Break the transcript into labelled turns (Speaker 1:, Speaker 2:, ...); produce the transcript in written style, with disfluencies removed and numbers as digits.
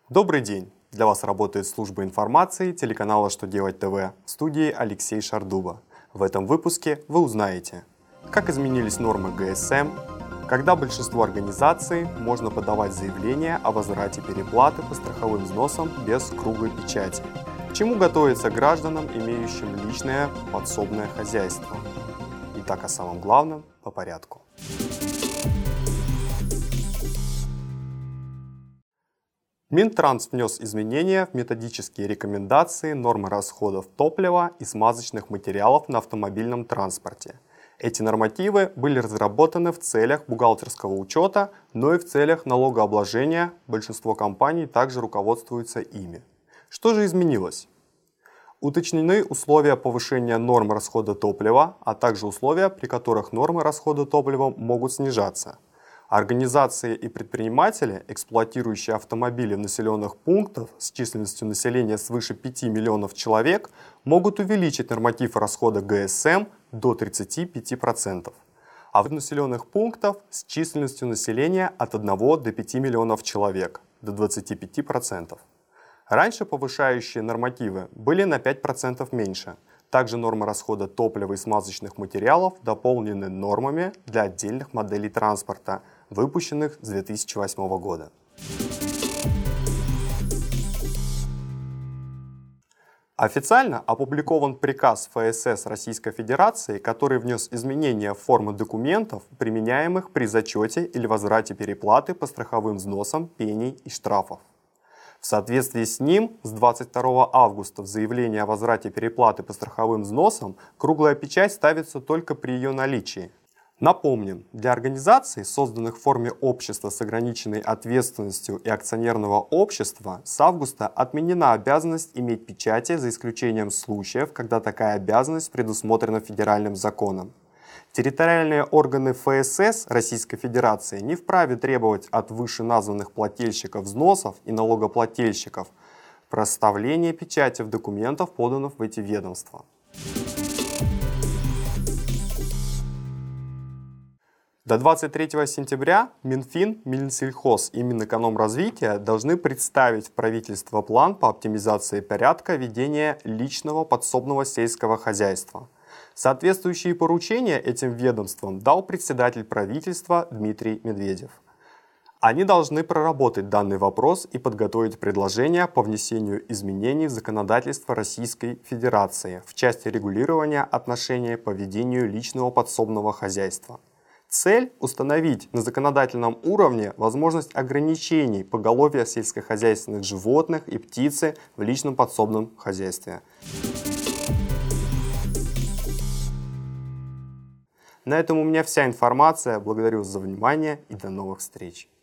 Speaker 1: Добрый день! Для вас работает служба информации телеканала «Что делать ТВ», в студии Алексей Шардуба. В этом выпуске вы узнаете, как изменились нормы ГСМ, когда большинство организаций можно подавать заявление о возврате переплаты по страховым взносам без круглой печати, к чему готовиться гражданам, имеющим личное подсобное хозяйство. Итак, о самом главном по порядку. Минтранс внес изменения в методические рекомендации нормы расходов топлива и смазочных материалов на автомобильном транспорте. Эти нормативы были разработаны в целях бухгалтерского учета, но и в целях налогообложения. Большинство компаний также руководствуются ими. Что же изменилось? Уточнены условия повышения норм расхода топлива, а также условия, при которых нормы расхода топлива могут снижаться. Организации и предприниматели, эксплуатирующие автомобили в населенных пунктах с численностью населения свыше 5 миллионов человек, могут увеличить норматив расхода ГСМ до 35%, а в населенных пунктах с численностью населения от 1 до 5 миллионов человек до 25%. Раньше повышающие нормативы были на 5% меньше. Также нормы расхода топлива и смазочных материалов дополнены нормами для отдельных моделей транспорта, выпущенных с 2008 года. Официально опубликован приказ ФСС Российской Федерации, который внес изменения в формы документов, применяемых при зачете или возврате переплаты по страховым взносам, пений и штрафов. В соответствии с ним, с 22 августа в заявлении о возврате переплаты по страховым взносам круглая печать ставится только при ее наличии. Напомним, для организаций, созданных в форме общества с ограниченной ответственностью и акционерного общества, с августа отменена обязанность иметь печати за исключением случаев, когда такая обязанность предусмотрена федеральным законом. Территориальные органы ФСС Российской Федерации не вправе требовать от вышеназванных плательщиков взносов и налогоплательщиков проставления печати в документах, поданных в эти ведомства. До 23 сентября Минфин, Минсельхоз и Минэкономразвития должны представить в правительство план по оптимизации порядка ведения личного подсобного сельского хозяйства. Соответствующие поручения этим ведомствам дал председатель правительства Дмитрий Медведев. Они должны проработать данный вопрос и подготовить предложения по внесению изменений в законодательство Российской Федерации в части регулирования отношений по ведению личного подсобного хозяйства. Цель – установить на законодательном уровне возможность ограничений поголовья сельскохозяйственных животных и птицы в личном подсобном хозяйстве. На этом у меня вся информация. Благодарю за внимание и до новых встреч.